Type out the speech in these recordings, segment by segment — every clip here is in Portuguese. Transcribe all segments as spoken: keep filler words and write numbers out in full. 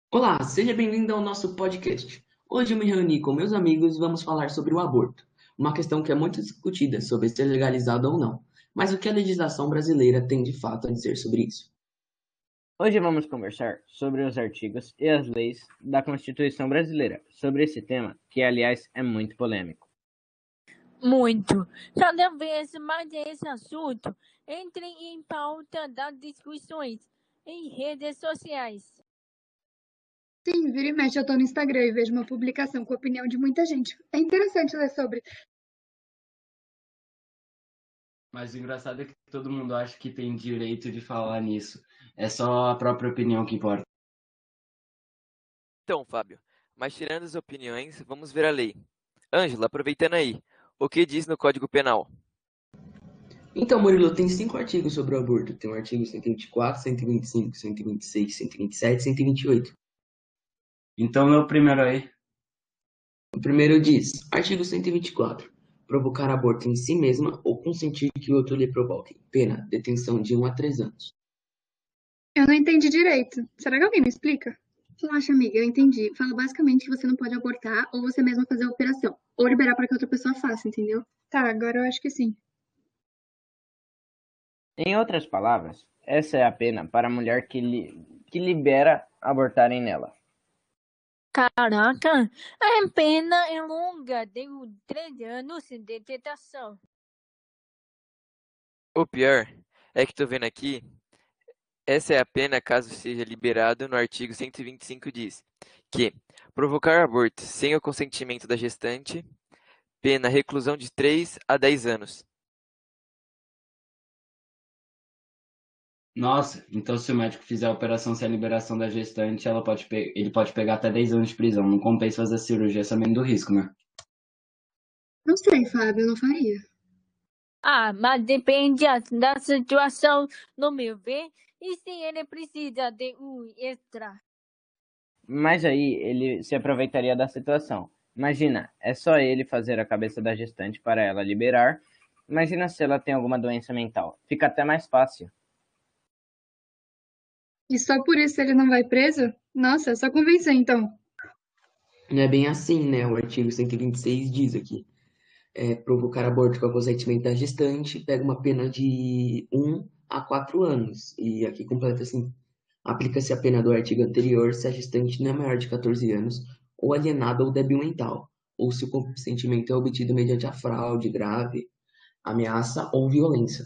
Olá, seja bem-vindo ao nosso podcast. Hoje eu me reuni com meus amigos e vamos falar sobre o aborto, uma questão que é muito discutida sobre ser legalizado ou não. Mas o que a legislação brasileira tem de fato a dizer sobre isso? Hoje vamos conversar sobre os artigos e as leis da Constituição Brasileira sobre esse tema, que aliás é muito polêmico. Muito. Cada vez mais esse assunto entra em pauta das discussões em redes sociais. Sim, vira e mexe eu tô no Instagram e vejo uma publicação com a opinião de muita gente. É interessante ler sobre. Mas o engraçado é que todo mundo acha que tem direito de falar nisso. É só a própria opinião que importa. Então, Fábio, mas tirando as opiniões, vamos ver a lei. Ângela, aproveitando aí, o que diz no Código Penal? Então, Murilo, tem cinco artigos sobre o aborto. Tem o artigo cento e vinte e quatro, cento e vinte e cinco, cento e vinte e seis, cento e vinte e sete e cento e vinte e oito. Então, meu primeiro aí. O primeiro diz, artigo cento e vinte e quatro, provocar aborto em si mesma ou consentir que o outro lhe provoque. Pena, detenção de um a três anos. Eu não entendi direito. Será que alguém me explica? Relaxa, amiga, eu entendi. Fala basicamente que você não pode abortar ou você mesma fazer a operação. Ou liberar para que outra pessoa faça, entendeu? Tá, agora eu acho que sim. Em outras palavras, essa é a pena para a mulher que, li, que libera abortarem nela. Caraca, a pena é longa, deu três anos de detenção. O pior é que tô vendo aqui, essa é a pena caso seja liberado no artigo cento e vinte e cinco diz que provocar aborto sem o consentimento da gestante, pena reclusão de três a dez anos. Nossa, então se o médico fizer a operação sem a liberação da gestante, ela pode pe- ele pode pegar até dez anos de prisão. Não compensa fazer a cirurgia sabendo do risco, né? Não sei, Fábio, eu não faria. Ah, mas depende da situação, no meu ver, e se ele precisa de um extra. Mas aí ele se aproveitaria da situação. Imagina, é só ele fazer a cabeça da gestante para ela liberar. Imagina se ela tem alguma doença mental. Fica até mais fácil. E só por isso ele não vai preso? Nossa, é só convencer então. Não é bem assim, né? O artigo cento e vinte e seis diz aqui. É, provocar aborto com consentimento da gestante pega uma pena de um a quatro anos. E aqui completa assim: aplica-se a pena do artigo anterior se a gestante não é maior de quatorze anos, ou alienada ou débil mental, ou se o consentimento é obtido mediante a fraude grave, ameaça ou violência.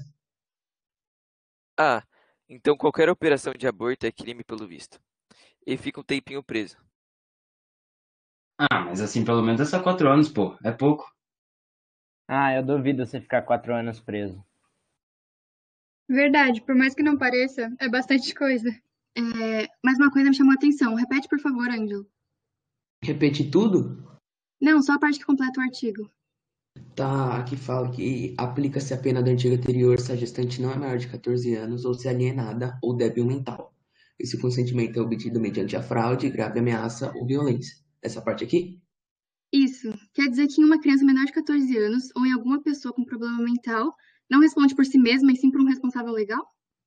Ah, então qualquer operação de aborto é crime pelo visto. E fica um tempinho preso. Ah, mas assim, pelo menos é só quatro anos, pô. É pouco. Ah, eu duvido você ficar quatro anos preso. Verdade, por mais que não pareça, é bastante coisa. É, mas uma coisa me chamou a atenção. Repete, por favor, Ângelo. Repete tudo? Não, só a parte que completa o artigo. Tá, aqui fala que aplica-se a pena do artigo anterior se a gestante não é maior de quatorze anos ou se é alienada ou débil mental. E se o consentimento é obtido mediante a fraude, grave ameaça ou violência. Essa parte aqui? Isso. Quer dizer que em uma criança menor de quatorze anos ou em alguma pessoa com problema mental não responde por si mesma e sim por um responsável legal?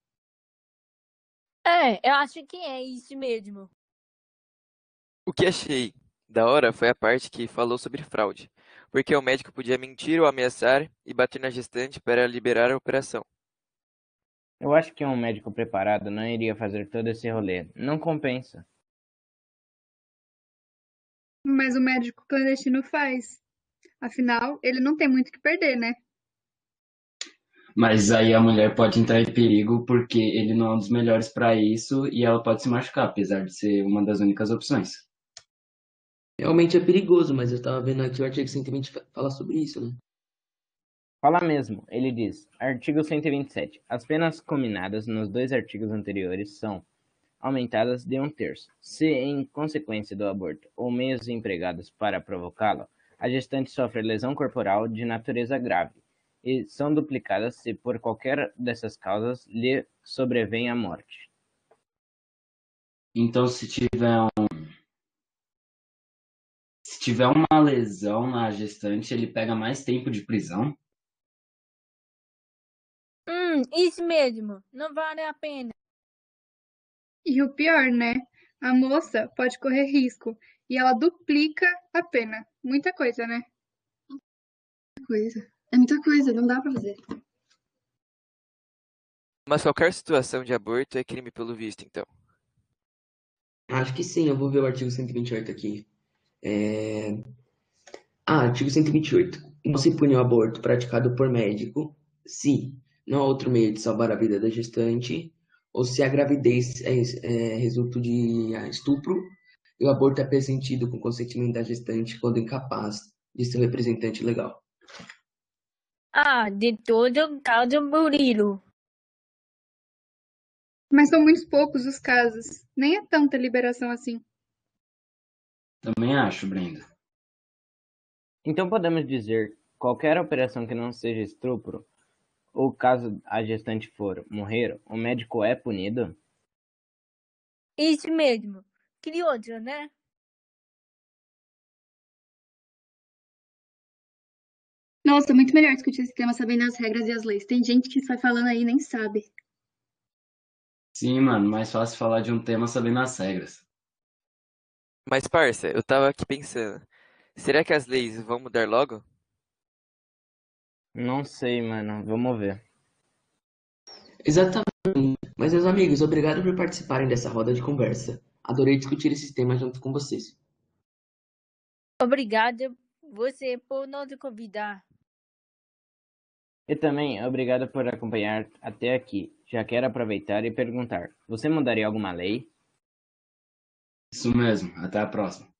É, eu acho que é isso mesmo. O que achei da hora foi a parte que falou sobre fraude, porque o médico podia mentir ou ameaçar e bater na gestante para liberar a operação. Eu acho que um médico preparado não iria fazer todo esse rolê. Não compensa. Mas o médico clandestino faz. Afinal, ele não tem muito o que perder, né? Mas aí a mulher pode entrar em perigo porque ele não é um dos melhores pra isso e ela pode se machucar, apesar de ser uma das únicas opções. Realmente é perigoso, mas eu tava vendo aqui o artigo cento e vinte fa- fala sobre isso, né? Fala mesmo, ele diz, artigo cento e vinte e sete. As penas combinadas nos dois artigos anteriores são aumentadas de um terço, se em consequência do aborto ou meios empregados para provocá-lo, a gestante sofre lesão corporal de natureza grave, e são duplicadas se por qualquer dessas causas lhe sobrevém a morte. Então, se tiver um, se tiver uma lesão na gestante, ele pega mais tempo de prisão. Hum, isso mesmo. Não vale a pena. E o pior, né? A moça pode correr risco e ela duplica a pena. Muita coisa, né? Muita coisa. É muita coisa, não dá pra fazer. Mas qualquer situação de aborto é crime pelo visto, então. Acho que sim, eu vou ver o artigo cento e vinte e oito aqui. É... Ah, artigo cento e vinte e oito. Não se pune o aborto praticado por médico se não há outro meio de salvar a vida da gestante ou se a gravidez é, é resultado de ah, estupro e o aborto é presentido com consentimento da gestante quando incapaz de seu representante legal. Ah, de todo caso, Murilo. Mas são muitos poucos os casos. Nem é tanta liberação assim. Também acho, Brenda. Então podemos dizer, qualquer operação que não seja estupro, ou caso a gestante for morrer, o médico é punido? Isso mesmo. Que outra, né? Nossa, muito melhor discutir esse tema sabendo as regras e as leis. Tem gente que sai falando aí e nem sabe. Sim, mano, mais fácil falar de um tema sabendo as regras. Mas, parça, eu tava aqui pensando. Será que as leis vão mudar logo? Não sei, mano. Vamos ver. Exatamente. Mas, meus amigos, obrigado por participarem dessa roda de conversa. Adorei discutir esses temas junto com vocês. Obrigada você por nos convidar. E também, obrigado por acompanhar até aqui. Já quero aproveitar e perguntar, você mudaria alguma lei? Isso mesmo, até a próxima.